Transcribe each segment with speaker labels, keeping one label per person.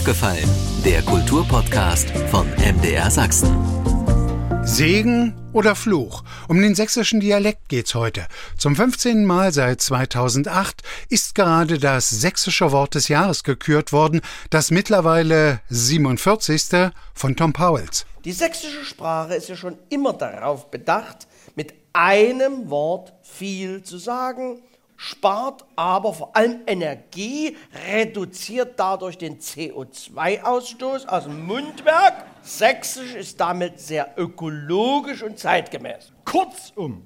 Speaker 1: aufgefallen? Der Kulturpodcast von MDR Sachsen.
Speaker 2: Segen oder Fluch? Um den sächsischen Dialekt geht's heute. Zum 15. Mal seit 2008 ist gerade das sächsische Wort des Jahres gekürt worden, das mittlerweile 47. von Tom Pauls.
Speaker 3: Die sächsische Sprache ist ja schon immer darauf bedacht, mit einem Wort viel zu sagen, spart aber vor allem Energie, reduziert dadurch den CO2-Ausstoß aus dem Mundwerk. Sächsisch ist damit sehr ökologisch und zeitgemäß.
Speaker 4: Kurzum,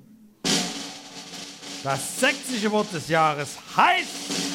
Speaker 4: das sächsische Wort des Jahres heißt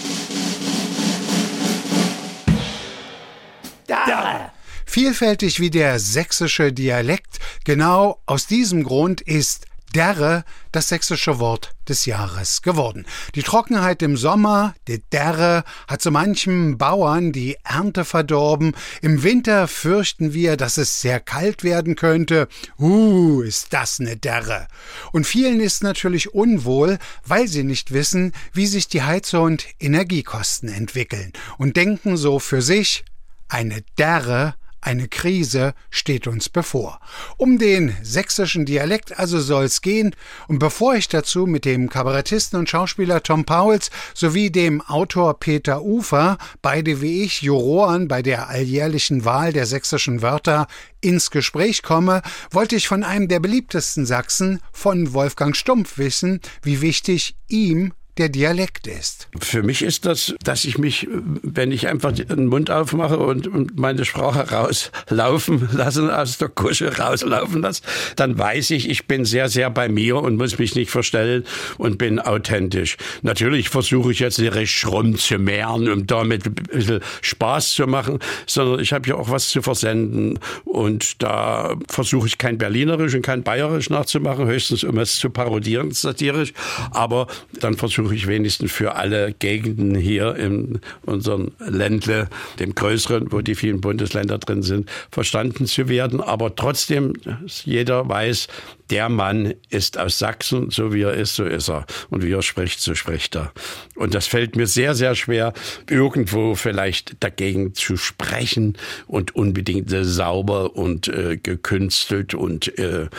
Speaker 3: Derre.
Speaker 2: Vielfältig wie der sächsische Dialekt, genau aus diesem Grund ist Derre das sächsische Wort des Jahres geworden. Die Trockenheit im Sommer, die Derre, hat so manchem Bauern die Ernte verdorben. Im Winter fürchten wir, dass es sehr kalt werden könnte. Ist das eine Derre. Und vielen ist natürlich unwohl, weil sie nicht wissen, wie sich die Heiz- und Energiekosten entwickeln und denken so für sich, eine Derre, eine Krise steht uns bevor. Um den sächsischen Dialekt also soll's gehen. Und bevor ich dazu mit dem Kabarettisten und Schauspieler Tom Pauls sowie dem Autor Peter Ufer, beide wie ich Juroren bei der alljährlichen Wahl der sächsischen Wörter, ins Gespräch komme, wollte ich von einem der beliebtesten Sachsen, von Wolfgang Stumpf, wissen, wie wichtig ihm der Dialekt ist.
Speaker 5: Für mich ist das, dass ich mich, wenn ich einfach den Mund aufmache und meine Sprache rauslaufen lasse, aus der Kusche rauslaufen lasse, dann weiß ich, ich bin sehr, sehr bei mir und muss mich nicht verstellen und bin authentisch. Natürlich versuche ich jetzt nicht recht rumzumehren, um damit ein bisschen Spaß zu machen, sondern ich habe ja auch was zu versenden und da versuche ich kein Berlinerisch und kein Bayerisch nachzumachen, höchstens um es zu parodieren, satirisch, aber dann versuche ich wenigstens für alle Gegenden hier in unserem Ländle, dem größeren, wo die vielen Bundesländer drin sind, verstanden zu werden. Aber trotzdem, jeder weiß, der Mann ist aus Sachsen, so wie er ist, so ist er. Und wie er spricht, so spricht er. Und das fällt mir sehr, sehr schwer, irgendwo vielleicht dagegen zu sprechen und unbedingt sauber und gekünstelt und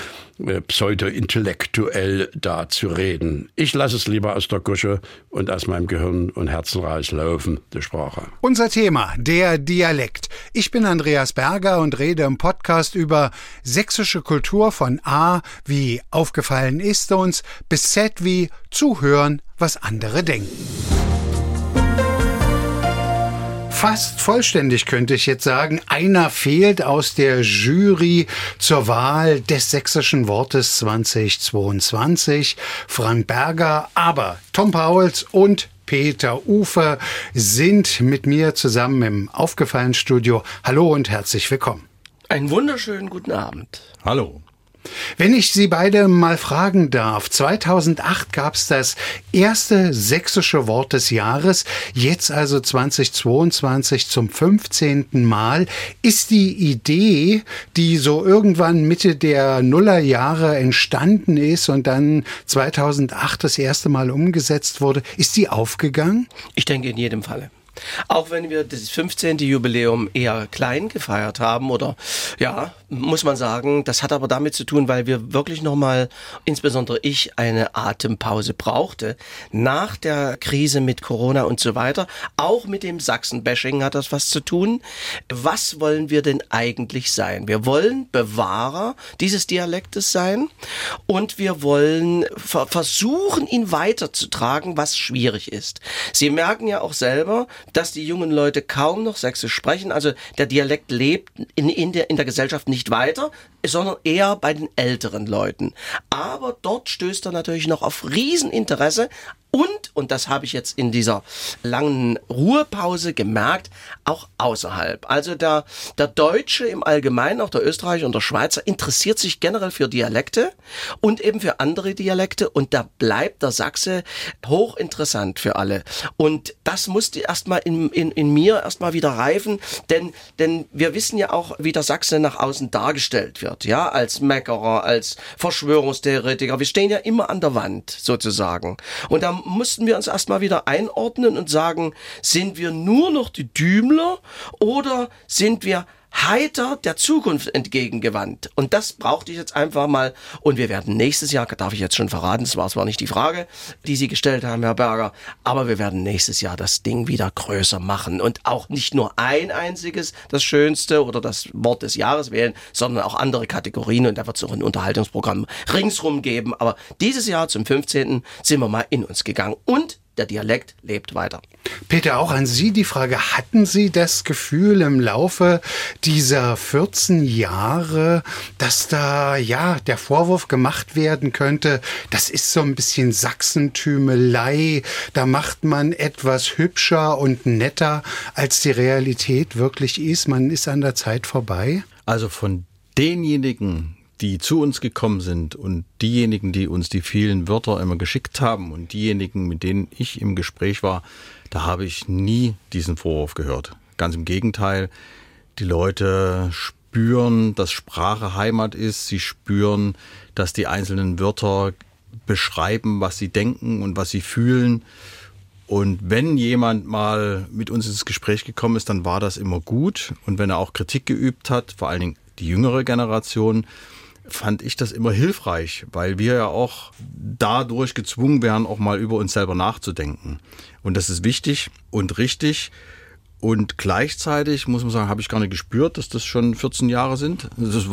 Speaker 5: pseudo-intellektuell da zu reden. Ich lasse es lieber aus der Gusche und aus meinem Gehirn und Herzen rauslaufen, die Sprache.
Speaker 2: Unser Thema, der Dialekt. Ich bin Andreas Berger und rede im Podcast über sächsische Kultur von A wie aufgefallen ist uns, bis Z wie zuhören, was andere denken. Fast vollständig könnte ich jetzt sagen. Einer fehlt aus der Jury zur Wahl des sächsischen Wortes 2022. Frank Berger, aber Tom Pauls und Peter Ufer sind mit mir zusammen im Aufgefallen-Studio. Hallo und herzlich willkommen.
Speaker 3: Einen wunderschönen guten Abend.
Speaker 4: Hallo.
Speaker 2: Wenn ich Sie beide mal fragen darf, 2008 gab es das erste sächsische Wort des Jahres, jetzt also 2022 zum 15. Mal. Ist die Idee, die so irgendwann Mitte der Nullerjahre entstanden ist und dann 2008 das erste Mal umgesetzt wurde, ist die aufgegangen?
Speaker 3: Ich denke in jedem Falle. Auch wenn wir das 15. Jubiläum eher klein gefeiert haben oder ja, muss man sagen, das hat aber damit zu tun, weil wir wirklich nochmal, insbesondere ich, eine Atempause brauchte. Nach der Krise mit Corona und so weiter, auch mit dem Sachsen-Bashing hat das was zu tun. Was wollen wir denn eigentlich sein? Wir wollen Bewahrer dieses Dialektes sein und wir wollen versuchen, ihn weiterzutragen, was schwierig ist. Sie merken ja auch selber, dass die jungen Leute kaum noch Sächsisch sprechen. Also der Dialekt lebt in der Gesellschaft nicht weiter, sondern eher bei den älteren Leuten. Aber dort stößt er natürlich noch auf Rieseninteresse und das habe ich jetzt in dieser langen Ruhepause gemerkt, auch außerhalb. Also der Deutsche im Allgemeinen, auch der Österreicher und der Schweizer, interessiert sich generell für Dialekte und eben für andere Dialekte und da bleibt der Sachse hochinteressant für alle. Und das musste erstmal in mir erstmal wieder reifen, denn wir wissen ja auch, wie der Sachse nach außen dargestellt wird. wird, ja, als Meckerer, als Verschwörungstheoretiker. Wir stehen ja immer an der Wand, sozusagen. Und da mussten wir uns erstmal wieder einordnen und sagen, sind wir nur noch die Dümler oder sind wir heiter der Zukunft entgegengewandt? Und das brauchte ich jetzt einfach mal. Und wir werden nächstes Jahr, darf ich jetzt schon verraten, das war zwar nicht die Frage, die Sie gestellt haben, Herr Berger, aber wir werden nächstes Jahr das Ding wieder größer machen und auch nicht nur ein einziges, das Schönste oder das Wort des Jahres wählen, sondern auch andere Kategorien, und da wird es auch ein Unterhaltungsprogramm ringsrum geben. Aber dieses Jahr zum 15. sind wir mal in uns gegangen und der Dialekt lebt weiter.
Speaker 2: Peter, auch an Sie die Frage, hatten Sie das Gefühl im Laufe dieser 14 Jahre, dass da der Vorwurf gemacht werden könnte, das ist so ein bisschen Sachsentümelei, da macht man etwas hübscher und netter, als die Realität wirklich ist, man ist an der Zeit vorbei?
Speaker 6: Also von denjenigen, die zu uns gekommen sind und diejenigen, die uns die vielen Wörter immer geschickt haben und diejenigen, mit denen ich im Gespräch war, da habe ich nie diesen Vorwurf gehört. Ganz im Gegenteil, die Leute spüren, dass Sprache Heimat ist, sie spüren, dass die einzelnen Wörter beschreiben, was sie denken und was sie fühlen. Und wenn jemand mal mit uns ins Gespräch gekommen ist, dann war das immer gut. Und wenn er auch Kritik geübt hat, vor allen Dingen die jüngere Generation, fand ich das immer hilfreich, weil wir ja auch dadurch gezwungen werden, auch mal über uns selber nachzudenken. Und das ist wichtig und richtig. Und gleichzeitig, muss man sagen, habe ich gar nicht gespürt, dass das schon 14 Jahre sind.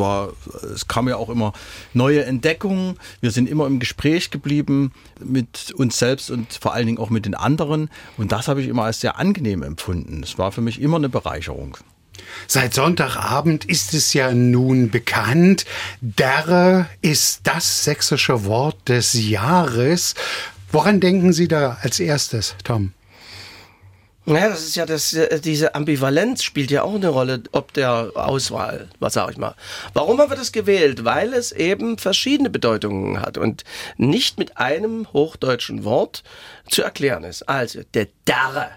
Speaker 6: Es kam ja auch immer neue Entdeckungen. Wir sind immer im Gespräch geblieben mit uns selbst und vor allen Dingen auch mit den anderen. Und das habe ich immer als sehr angenehm empfunden. Es war für mich immer eine Bereicherung.
Speaker 2: Seit Sonntagabend ist es ja nun bekannt, Derre ist das sächsische Wort des Jahres. Woran denken Sie da als erstes, Tom?
Speaker 3: Naja, das ist ja diese Ambivalenz spielt ja auch eine Rolle, ob der Auswahl, was sag ich mal. Warum haben wir das gewählt? Weil es eben verschiedene Bedeutungen hat und nicht mit einem hochdeutschen Wort zu erklären ist. Also, der Derre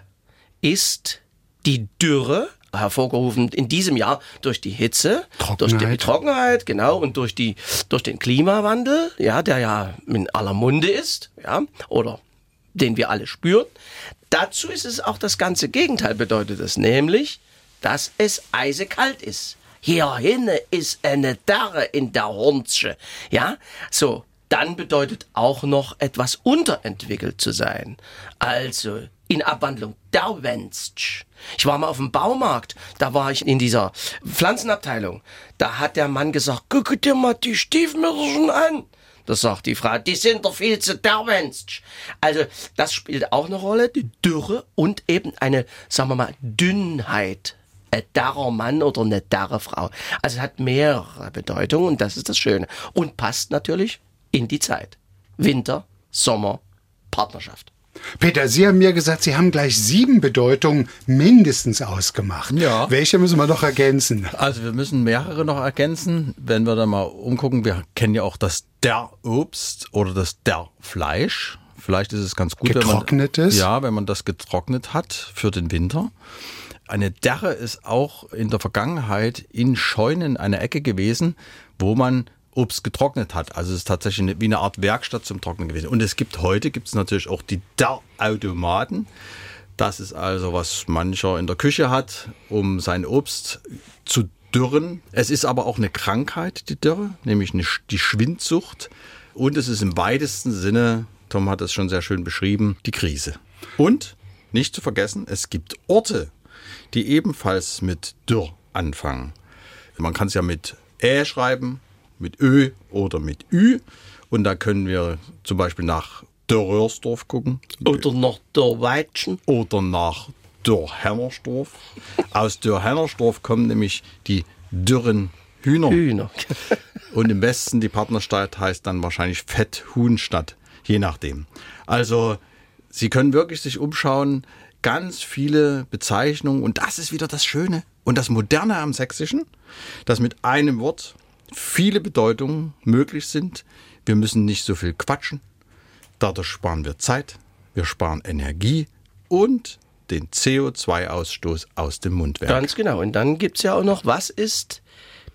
Speaker 3: ist die Dürre, hervorgerufen in diesem Jahr durch die Hitze, durch die Trockenheit, genau, und durch den Klimawandel, ja, der ja in aller Munde ist, ja, oder den wir alle spüren. Dazu ist es auch das ganze Gegenteil, bedeutet es, nämlich, dass es eisekalt ist. Hier hinne ist eine Derre in der Hornsche, ja, so. Dann bedeutet auch noch etwas unterentwickelt zu sein. Also in Abwandlung derwenst. Ich war mal auf dem Baumarkt, da war ich in dieser Pflanzenabteilung. Da hat der Mann gesagt, guck dir mal die Stiefmütterchen an. Das sagt die Frau, die sind doch viel zu derwenst. Also das spielt auch eine Rolle, die Dürre und eben eine, sagen wir mal, Dünnheit. Ein derrer Mann oder eine derre Frau. Also es hat mehrere Bedeutungen und das ist das Schöne. Und passt natürlich in die Zeit. Winter, Sommer, Partnerschaft.
Speaker 2: Peter, Sie haben mir gesagt, Sie haben gleich 7 Bedeutungen mindestens ausgemacht.
Speaker 6: Ja.
Speaker 2: Welche müssen wir noch ergänzen?
Speaker 6: Also wir müssen mehrere noch ergänzen. Wenn wir da mal umgucken, wir kennen ja auch das der Obst oder das der Fleisch. Vielleicht ist es ganz gut,
Speaker 2: Getrocknetes?
Speaker 6: wenn man das getrocknet hat für den Winter. Eine Derre ist auch in der Vergangenheit in Scheunen eine Ecke gewesen, wo man Obst getrocknet hat. Also es ist tatsächlich wie eine Art Werkstatt zum Trocknen gewesen. Und heute gibt es natürlich auch die Derrautomaten. Das ist also, was mancher in der Küche hat, um sein Obst zu dürren. Es ist aber auch eine Krankheit, die Dürre, nämlich die Schwindsucht. Und es ist im weitesten Sinne, Tom hat es schon sehr schön beschrieben, die Krise. Und, nicht zu vergessen, es gibt Orte, die ebenfalls mit Dürr anfangen. Man kann es ja mit Ä schreiben, mit Ö oder mit Ü. Und da können wir zum Beispiel nach Dörrörsdorf gucken.
Speaker 3: Oder nach Dörrweitschen.
Speaker 6: Oder nach Dörrhennersdorf. Aus Dörrhennersdorf kommen nämlich die dürren Hühner. Und im Westen die Partnerstadt heißt dann wahrscheinlich Fetthuhnstadt, je nachdem. Also Sie können wirklich sich umschauen, ganz viele Bezeichnungen. Und das ist wieder das Schöne und das Moderne am Sächsischen, dass mit einem Wort viele Bedeutungen möglich sind. Wir müssen nicht so viel quatschen. Dadurch sparen wir Zeit, wir sparen Energie und den CO2-Ausstoß aus dem Mundwerk.
Speaker 3: Ganz genau. Und dann gibt es ja auch noch, was ist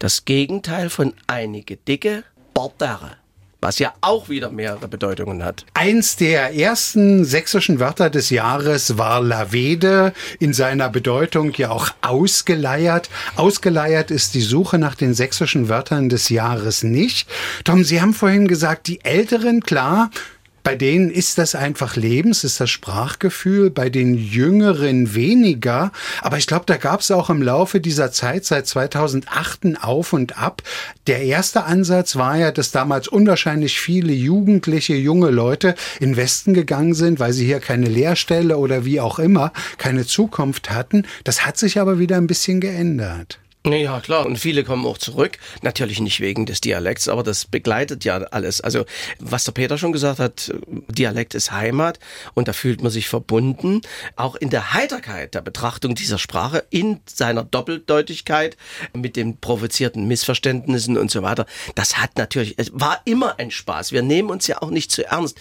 Speaker 3: Das Gegenteil von einige dicke, Bordere. Was ja auch wieder mehrere Bedeutungen hat.
Speaker 2: Eins der ersten sächsischen Wörter des Jahres war Lavede, in seiner Bedeutung ja auch ausgeleiert. Ausgeleiert ist die Suche nach den sächsischen Wörtern des Jahres nicht. Tom, Sie haben vorhin gesagt, die Älteren, klar, bei denen ist das einfach ist das Sprachgefühl, bei den Jüngeren weniger. Aber ich glaube, da gab es auch im Laufe dieser Zeit, seit 2008, ein Auf und Ab. Der erste Ansatz war ja, dass damals unwahrscheinlich viele Jugendliche, junge Leute in den Westen gegangen sind, weil sie hier keine Lehrstelle oder wie auch immer, keine Zukunft hatten. Das hat sich aber wieder ein bisschen geändert.
Speaker 3: Ja, klar. Und viele kommen auch zurück. Natürlich nicht wegen des Dialekts, aber das begleitet ja alles. Also, was der Peter schon gesagt hat, Dialekt ist Heimat und da fühlt man sich verbunden. Auch in der Heiterkeit der Betrachtung dieser Sprache, in seiner Doppeldeutigkeit, mit den provozierten Missverständnissen und so weiter. Das hat natürlich, es war immer ein Spaß. Wir nehmen uns ja auch nicht zu ernst.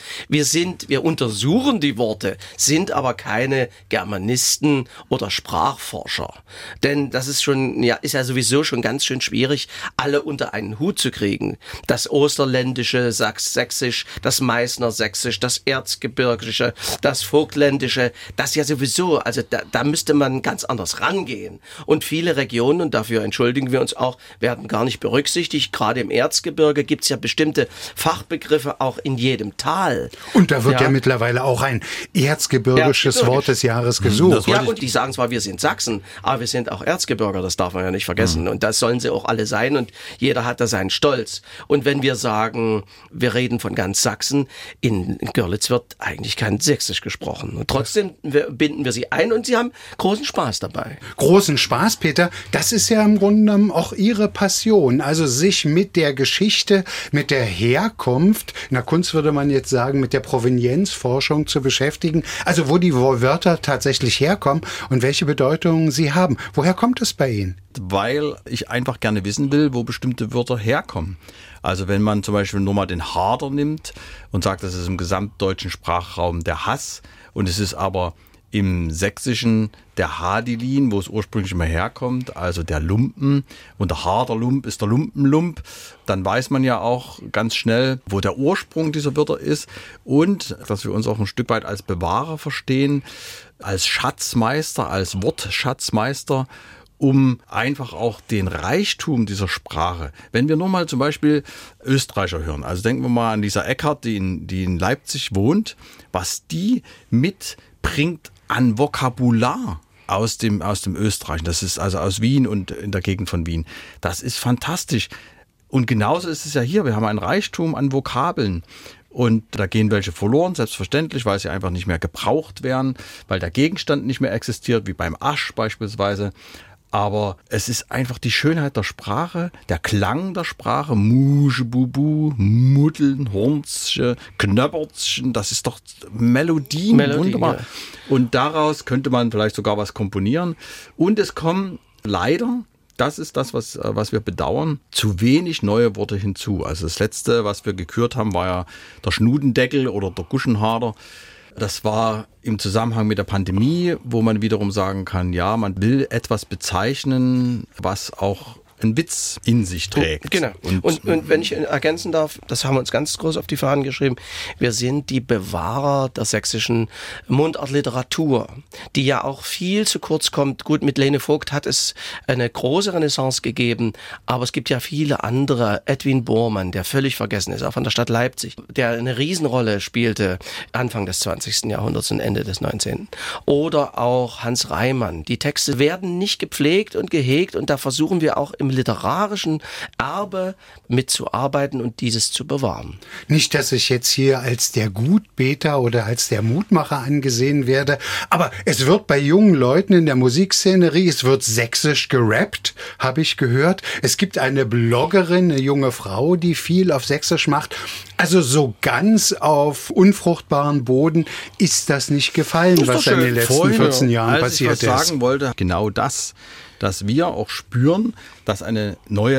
Speaker 3: Wir untersuchen die Worte, sind aber keine Germanisten oder Sprachforscher. Denn das ist schon, ist ja sowieso schon ganz schön schwierig, alle unter einen Hut zu kriegen. Das Osterländische, Sächsisch, das Meißner Sächsisch, das Erzgebirgische, das Vogtländische, das ja sowieso, also da müsste man ganz anders rangehen. Und viele Regionen, und dafür entschuldigen wir uns auch, werden gar nicht berücksichtigt. Gerade im Erzgebirge gibt es ja bestimmte Fachbegriffe auch in jedem Tal.
Speaker 2: Und da wird ja mittlerweile auch ein erzgebirgisches Wort des Jahres gesucht.
Speaker 3: Ja, und die sagen zwar, wir sind Sachsen, aber wir sind auch Erzgebirger, das darf man ja nicht vergessen. Und das sollen sie auch alle sein und jeder hat da seinen Stolz. Und wenn wir sagen, wir reden von ganz Sachsen, in Görlitz wird eigentlich kein Sächsisch gesprochen. Und trotzdem binden wir sie ein und sie haben großen Spaß dabei.
Speaker 2: Großen Spaß, Peter. Das ist ja im Grunde genommen auch Ihre Passion. Also sich mit der Geschichte, mit der Herkunft, in der Kunst würde man jetzt sagen, mit der Provenienzforschung zu beschäftigen. Also wo die Wörter tatsächlich herkommen und welche Bedeutungen sie haben. Woher kommt es bei Ihnen?
Speaker 6: Weil ich einfach gerne wissen will, wo bestimmte Wörter herkommen. Also wenn man zum Beispiel nur mal den Harder nimmt und sagt, das ist im gesamtdeutschen Sprachraum der Hass und es ist aber im Sächsischen der Hadilin, wo es ursprünglich immer herkommt, also der Lumpen, und der Harderlump ist der Lumpenlump, dann weiß man ja auch ganz schnell, wo der Ursprung dieser Wörter ist und dass wir uns auch ein Stück weit als Bewahrer verstehen, als Schatzmeister, als Wortschatzmeister, um einfach auch den Reichtum dieser Sprache. Wenn wir nur mal zum Beispiel Österreicher hören, also denken wir mal an Lisa Eckert, die in Leipzig wohnt, was die mitbringt an Vokabular aus dem Österreichischen. Das ist also aus Wien und in der Gegend von Wien. Das ist fantastisch. Und genauso ist es ja hier. Wir haben ein Reichtum an Vokabeln. Und da gehen welche verloren, selbstverständlich, weil sie einfach nicht mehr gebraucht werden, weil der Gegenstand nicht mehr existiert, wie beim Asch beispielsweise. Aber es ist einfach die Schönheit der Sprache, der Klang der Sprache, Musche, Bubu, Muddeln, Hornsche, Knöppertchen, das ist doch Melodie, wunderbar. Ja. Und daraus könnte man vielleicht sogar was komponieren. Und es kommen leider, das ist das, was wir bedauern, zu wenig neue Worte hinzu. Also das letzte, was wir gekürt haben, war ja der Schnudendeckel oder der Guschenhader. Das war im Zusammenhang mit der Pandemie, wo man wiederum sagen kann, ja, man will etwas bezeichnen, was auch einen Witz in sich trägt.
Speaker 3: Genau. Und wenn ich ergänzen darf, das haben wir uns ganz groß auf die Fahnen geschrieben, wir sind die Bewahrer der sächsischen Mundartliteratur, die ja auch viel zu kurz kommt. Gut, mit Lene Vogt hat es eine große Renaissance gegeben, aber es gibt ja viele andere. Edwin Bormann, der völlig vergessen ist, auch von der Stadt Leipzig, der eine Riesenrolle spielte Anfang des 20. Jahrhunderts und Ende des 19. Oder auch Hans Reimann. Die Texte werden nicht gepflegt und gehegt und da versuchen wir auch im literarischen Erbe mitzuarbeiten und dieses zu bewahren.
Speaker 2: Nicht, dass ich jetzt hier als der Gutbeter oder als der Mutmacher angesehen werde, aber es wird bei jungen Leuten in der Musikszenerie, es wird sächsisch gerappt, habe ich gehört. Es gibt eine Bloggerin, eine junge Frau, die viel auf Sächsisch macht. Also so ganz auf unfruchtbaren Boden ist das nicht gefallen, was in den letzten 14 Jahren passiert ist.
Speaker 6: Was ich sagen wollte, genau das, dass wir auch spüren, dass eine neue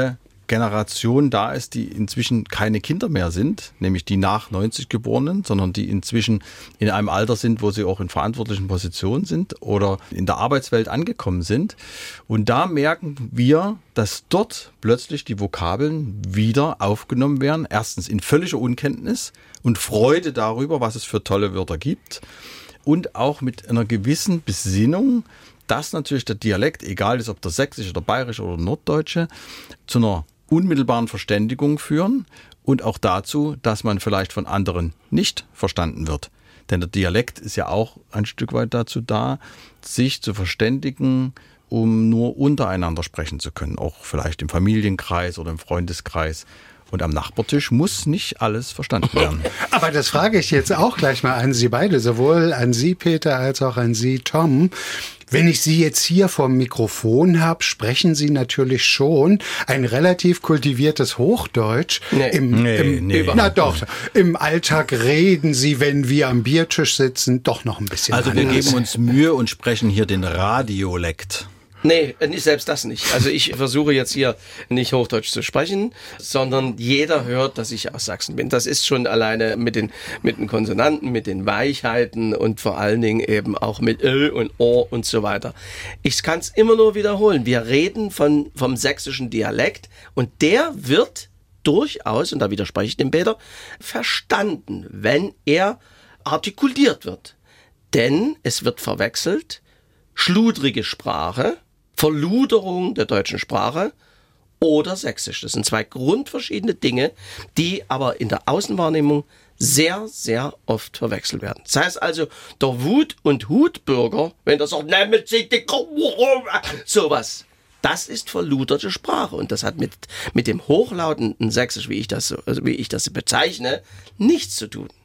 Speaker 6: Generation da ist, die inzwischen keine Kinder mehr sind, nämlich die nach 90 Geborenen, sondern die inzwischen in einem Alter sind, wo sie auch in verantwortlichen Positionen sind oder in der Arbeitswelt angekommen sind. Und da merken wir, dass dort plötzlich die Vokabeln wieder aufgenommen werden. Erstens in völliger Unkenntnis und Freude darüber, was es für tolle Wörter gibt. Und auch mit einer gewissen Besinnung, dass natürlich der Dialekt, egal ist ob der sächsische oder bayerische oder norddeutsche, zu einer unmittelbaren Verständigung führen und auch dazu, dass man vielleicht von anderen nicht verstanden wird. Denn der Dialekt ist ja auch ein Stück weit dazu da, sich zu verständigen, um nur untereinander sprechen zu können, auch vielleicht im Familienkreis oder im Freundeskreis. Und am Nachbartisch muss nicht alles verstanden werden.
Speaker 2: Aber das frage ich jetzt auch gleich mal an Sie beide, sowohl an Sie, Peter, als auch an Sie, Tom. Wenn ich Sie jetzt hier vorm Mikrofon habe, sprechen Sie natürlich schon ein relativ kultiviertes Hochdeutsch. Im Alltag reden Sie, wenn wir am Biertisch sitzen, doch noch ein bisschen
Speaker 6: Also
Speaker 2: anders.
Speaker 6: wir geben uns Mühe und sprechen hier den Radiolekt.
Speaker 3: Nee, selbst das nicht. Also ich versuche jetzt hier nicht Hochdeutsch zu sprechen, sondern jeder hört, dass ich aus Sachsen bin. Das ist schon alleine mit den Konsonanten, mit den Weichheiten und vor allen Dingen eben auch mit Ö und O und so weiter. Ich kann es immer nur wiederholen. Wir reden vom sächsischen Dialekt und der wird durchaus, und da widerspreche ich dem Peter, verstanden, wenn er artikuliert wird. Denn es wird verwechselt schludrige Sprache, Verluderung der deutschen Sprache oder Sächsisch. Das sind zwei grundverschiedene Dinge, die aber in der Außenwahrnehmung sehr, sehr oft verwechselt werden. Das heißt also, der Wut- und Hutbürger, wenn der sagt, nehmen Sie die sowas, das ist verluderte Sprache und das hat mit dem hochlautenden Sächsisch, wie ich das bezeichne, nichts zu tun.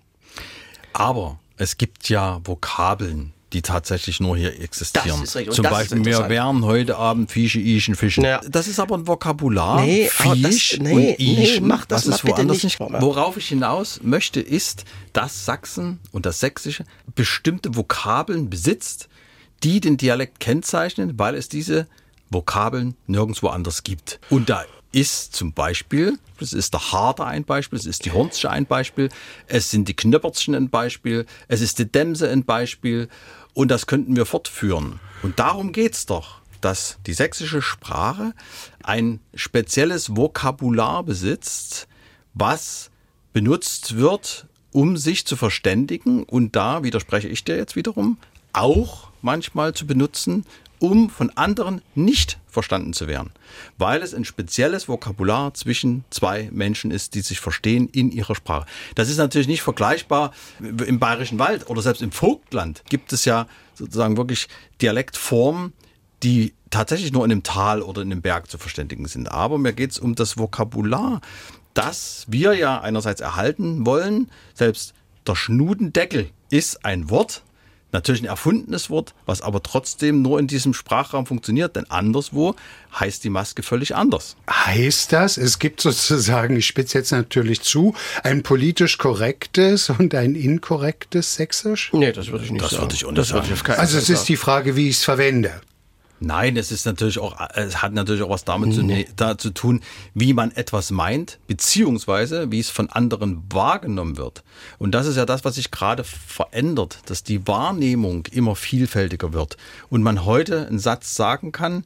Speaker 6: Aber es gibt ja Vokabeln, die tatsächlich nur hier existieren.
Speaker 3: Das ist richtig.
Speaker 6: Zum Beispiel, wir wären heute Abend Fische, Ischen, Fischen. Ja. Das ist aber ein Vokabular. Fisch und Ischen,
Speaker 3: mach das
Speaker 6: was es woanders nicht.
Speaker 3: Worauf
Speaker 6: Worauf ich hinaus möchte, ist, dass Sachsen und das Sächsische bestimmte Vokabeln besitzt, die den Dialekt kennzeichnen, weil es diese Vokabeln nirgendwo anders gibt. Und da ist zum Beispiel, das ist der Harter ein Beispiel, es ist die Hornsche ein Beispiel, es sind die Knöppertschen ein Beispiel, es ist die Dämse ein Beispiel und das könnten wir fortführen. Und darum geht's doch, dass die sächsische Sprache ein spezielles Vokabular besitzt, was benutzt wird, um sich zu verständigen und da, widerspreche ich dir jetzt wiederum, auch manchmal zu benutzen, um von anderen nicht verstanden zu werden, weil es ein spezielles Vokabular zwischen zwei Menschen ist, die sich verstehen in ihrer Sprache. Das ist natürlich nicht vergleichbar im Bayerischen Wald oder selbst im Vogtland gibt es ja sozusagen wirklich Dialektformen, die tatsächlich nur in einem Tal oder in einem Berg zu verständigen sind. Aber mir geht es um das Vokabular, das wir ja einerseits erhalten wollen. Selbst der Schnudendeckel ist ein Wort, natürlich ein erfundenes Wort, was aber trotzdem nur in diesem Sprachraum funktioniert, denn anderswo heißt die Maske völlig anders.
Speaker 2: Heißt das, es gibt sozusagen, ich spitze jetzt natürlich zu, ein politisch korrektes und ein inkorrektes Sächsisch?
Speaker 3: Nee, das würde ich nicht sagen.
Speaker 6: Das würde ich auch nicht sagen.
Speaker 2: Also es ist die Frage, wie ich es verwende.
Speaker 6: Nein, es hat natürlich auch was damit zu tun, wie man etwas meint, beziehungsweise wie es von anderen wahrgenommen wird. Und das ist ja das, was sich gerade verändert, dass die Wahrnehmung immer vielfältiger wird. Und man heute einen Satz sagen kann,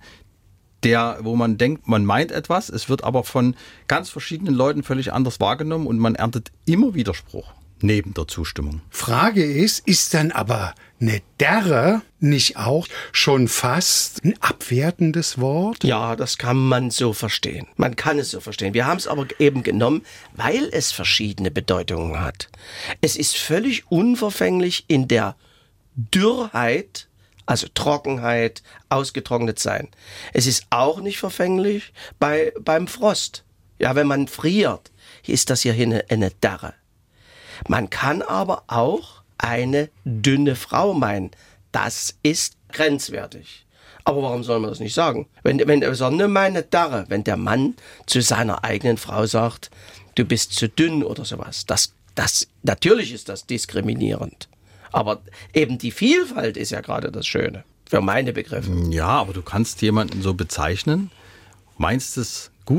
Speaker 6: wo man denkt, man meint etwas, es wird aber von ganz verschiedenen Leuten völlig anders wahrgenommen und man erntet immer Widerspruch neben der Zustimmung.
Speaker 2: Frage ist dann aber eine Derre nicht auch schon fast ein abwertendes Wort?
Speaker 3: Ja, das kann man so verstehen. Man kann es so verstehen. Wir haben es aber eben genommen, weil es verschiedene Bedeutungen hat. Es ist völlig unverfänglich in der Dürrheit, also Trockenheit, ausgetrocknet sein. Es ist auch nicht verfänglich beim Frost. Ja, wenn man friert, ist das hier eine Derre. Man kann aber auch eine dünne Frau meinen. Das ist grenzwertig. Aber warum soll man das nicht sagen? Wenn meine Darre, wenn der Mann zu seiner eigenen Frau sagt, du bist zu dünn oder sowas, natürlich ist das diskriminierend. Aber eben die Vielfalt ist ja gerade das Schöne, für meine Begriffe.
Speaker 6: Ja, aber du kannst jemanden so bezeichnen, meinst es gut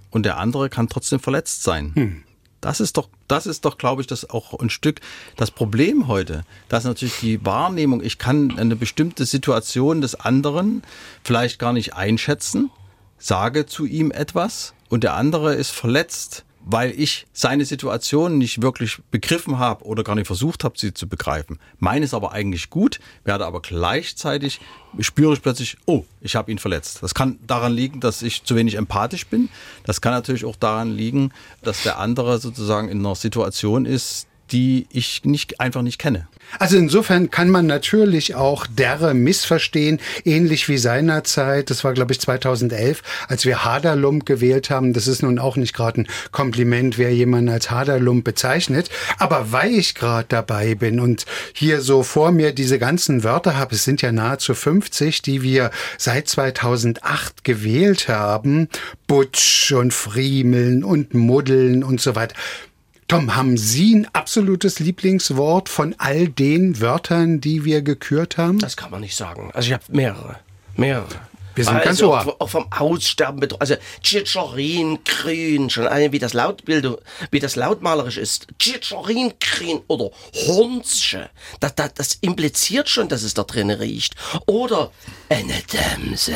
Speaker 6: und der andere kann trotzdem verletzt sein. Das ist doch, glaube ich, das auch ein Stück das Problem heute. Dass natürlich die Wahrnehmung, ich kann eine bestimmte Situation des anderen vielleicht gar nicht einschätzen, sage zu ihm etwas und der andere ist verletzt, weil ich seine Situation nicht wirklich begriffen habe oder gar nicht versucht habe, sie zu begreifen. Meine ist aber eigentlich gut, werde aber gleichzeitig, spüre ich plötzlich, oh, ich habe ihn verletzt. Das kann daran liegen, dass ich zu wenig empathisch bin. Das kann natürlich auch daran liegen, dass der andere sozusagen in einer Situation ist, die ich einfach nicht kenne.
Speaker 2: Also insofern kann man natürlich auch Derre missverstehen, ähnlich wie seinerzeit, das war glaube ich 2011, als wir Haderlump gewählt haben. Das ist nun auch nicht gerade ein Kompliment, wer jemanden als Haderlump bezeichnet. Aber weil ich gerade dabei bin und hier so vor mir diese ganzen Wörter habe, es sind ja nahezu 50, die wir seit 2008 gewählt haben, Butsch und Friemeln und Muddeln und so weiter. Tom, haben Sie ein absolutes Lieblingswort von all den Wörtern, die wir gekürt haben?
Speaker 3: Das kann man nicht sagen. Also ich habe mehrere.
Speaker 2: Wir sind ganz
Speaker 3: also
Speaker 2: ohr.
Speaker 3: auch vom Aussterben betroffen. Also Tschitscherin, Grün, schon allein wie das lautmalerisch ist. Tschitscherin, Grün oder Hornsche. Das impliziert schon, dass es da drin riecht. Oder eine Dämse.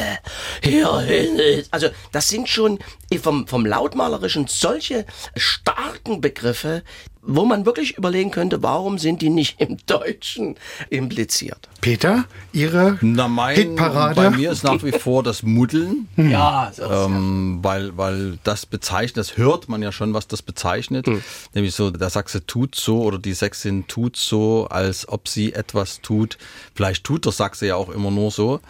Speaker 3: Also das sind schon vom Lautmalerischen solche starken Begriffe, wo man wirklich überlegen könnte, warum sind die nicht im Deutschen impliziert?
Speaker 2: Peter, Ihre Hitparade?
Speaker 6: Bei mir ist nach wie vor das Muddeln.
Speaker 3: Ja,
Speaker 6: weil das bezeichnet, das hört man ja schon, was das bezeichnet. Nämlich so, der Sachse tut so oder die Sächsin tut so, als ob sie etwas tut. Vielleicht tut der Sachse ja auch immer nur so.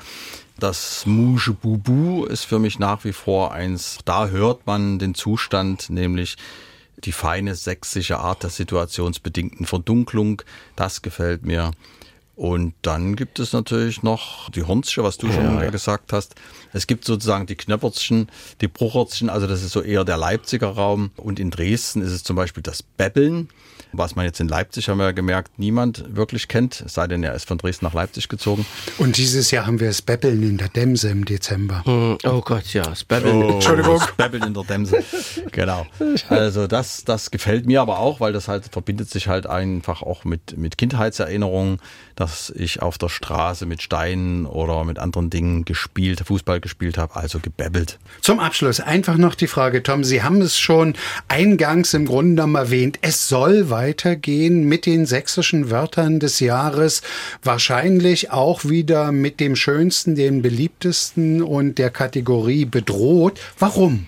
Speaker 6: Das Musche Bubu ist für mich nach wie vor eins, da hört man den Zustand, nämlich die feine sächsische Art der situationsbedingten Verdunklung. Das gefällt mir. Und dann gibt es natürlich noch die Hornsche, was du schon gesagt hast. Es gibt sozusagen die Knöppertchen, die Bruchertchen, also das ist so eher der Leipziger Raum. Und in Dresden ist es zum Beispiel das Bäbbeln, was man jetzt in Leipzig, haben wir ja gemerkt, niemand wirklich kennt, es sei denn, er ist von Dresden nach Leipzig gezogen.
Speaker 2: Und dieses Jahr haben wir das Bäbbeln in der Demse im Dezember.
Speaker 3: Oh Gott, ja, das Bäbbeln.
Speaker 2: Entschuldigung.
Speaker 6: Das Bäbbeln in der Demse, genau. Also das gefällt mir aber auch, weil das halt verbindet sich halt einfach auch mit Kindheitserinnerungen, dass ich auf der Straße mit Steinen oder mit anderen Dingen Fußball gespielt habe, also gebäbbelt.
Speaker 2: Zum Abschluss einfach noch die Frage, Tom, Sie haben es schon eingangs im Grunde genommen erwähnt, es soll weitergehen mit den sächsischen Wörtern des Jahres, wahrscheinlich auch wieder mit dem schönsten, dem beliebtesten und der Kategorie bedroht. Warum?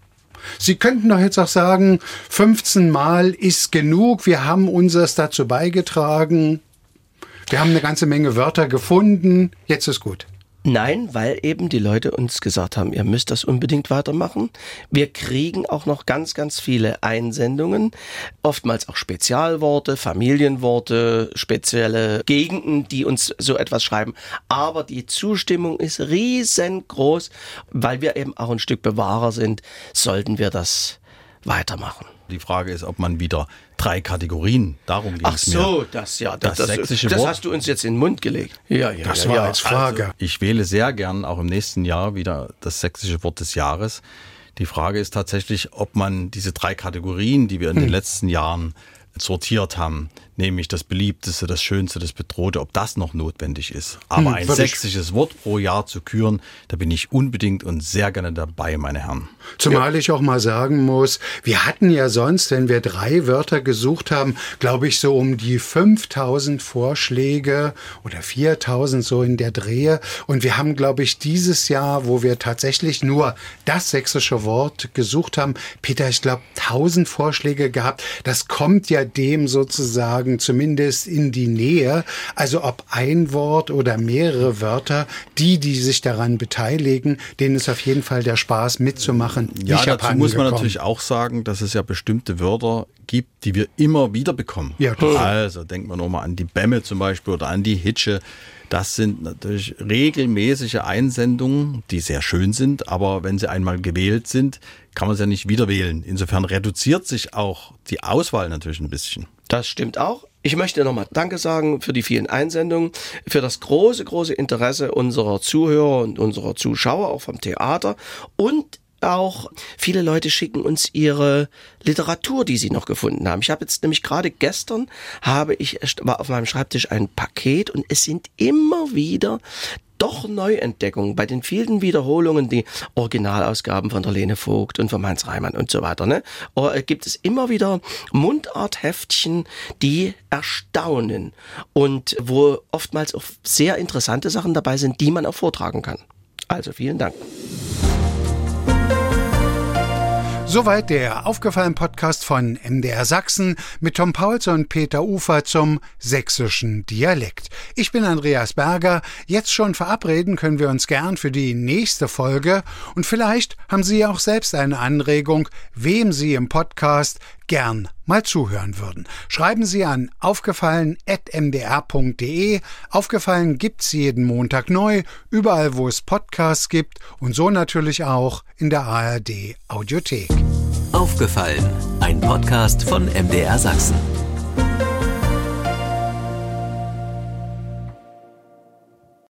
Speaker 2: Sie könnten doch jetzt auch sagen, 15 Mal ist genug, wir haben unseres dazu beigetragen, wir haben eine ganze Menge Wörter gefunden, jetzt ist gut.
Speaker 3: Nein, weil eben die Leute uns gesagt haben, ihr müsst das unbedingt weitermachen. Wir kriegen auch noch ganz, ganz viele Einsendungen, oftmals auch Spezialworte, Familienworte, spezielle Gegenden, die uns so etwas schreiben. Aber die Zustimmung ist riesengroß, weil wir eben auch ein Stück Bewahrer sind, sollten wir das weitermachen.
Speaker 6: Die Frage ist, ob man wieder 3 Kategorien, darum ging es mir.
Speaker 3: Ach so, das
Speaker 6: sächsische
Speaker 3: das
Speaker 6: Wort.
Speaker 3: hast du uns jetzt in den Mund gelegt. Ja,
Speaker 2: Das war als Frage.
Speaker 6: Also, ich wähle sehr gern auch im nächsten Jahr wieder das sächsische Wort des Jahres. Die Frage ist tatsächlich, ob man diese 3 Kategorien, die wir in den letzten Jahren sortiert haben, nämlich das Beliebteste, das Schönste, das Bedrohte, ob das noch notwendig ist. Aber ein sächsisches Wort pro Jahr zu küren, da bin ich unbedingt und sehr gerne dabei, meine Herren.
Speaker 2: Zumal ich auch mal sagen muss, wir hatten ja sonst, wenn wir 3 Wörter gesucht haben, glaube ich so um die 5000 Vorschläge oder 4000 so in der Drehe. Und wir haben, glaube ich, dieses Jahr, wo wir tatsächlich nur das sächsische Wort gesucht haben, Peter, ich glaube 1000 Vorschläge gehabt. Das kommt ja dem sozusagen zumindest in die Nähe. Also ob ein Wort oder mehrere Wörter, die sich daran beteiligen, denen ist auf jeden Fall der Spaß mitzumachen.
Speaker 6: Ja, dazu muss man natürlich auch sagen, dass es ja bestimmte Wörter gibt, die wir immer wieder bekommen.
Speaker 2: Ja,
Speaker 6: also denkt man nochmal an die Bämme zum Beispiel oder an die Hitsche. Das sind natürlich regelmäßige Einsendungen, die sehr schön sind, aber wenn sie einmal gewählt sind, kann man sie ja nicht wieder wählen. Insofern reduziert sich auch die Auswahl natürlich ein bisschen.
Speaker 3: Das stimmt auch. Ich möchte nochmal Danke sagen für die vielen Einsendungen, für das große, große Interesse unserer Zuhörer und unserer Zuschauer, auch vom Theater. Und auch viele Leute schicken uns ihre Literatur, die sie noch gefunden haben. Ich habe jetzt nämlich gerade gestern war auf meinem Schreibtisch ein Paket und es sind immer wieder doch Neuentdeckungen bei den vielen Wiederholungen, die Originalausgaben von der Lene Vogt und von Hans Reimann und so weiter, ne? Gibt es immer wieder Mundartheftchen, die erstaunen und wo oftmals auch sehr interessante Sachen dabei sind, die man auch vortragen kann. Also vielen Dank.
Speaker 2: Soweit der Aufgefallen-Podcast von MDR Sachsen mit Tom Pauls und Peter Ufer zum sächsischen Dialekt. Ich bin Andreas Berger. Jetzt schon verabreden können wir uns gern für die nächste Folge. Und vielleicht haben Sie auch selbst eine Anregung, wem Sie im Podcast gern mal zuhören würden. Schreiben Sie an aufgefallen@mdr.de. Aufgefallen gibt's jeden Montag neu, überall wo es Podcasts gibt und so natürlich auch in der ARD Audiothek.
Speaker 1: Aufgefallen, ein Podcast von MDR Sachsen.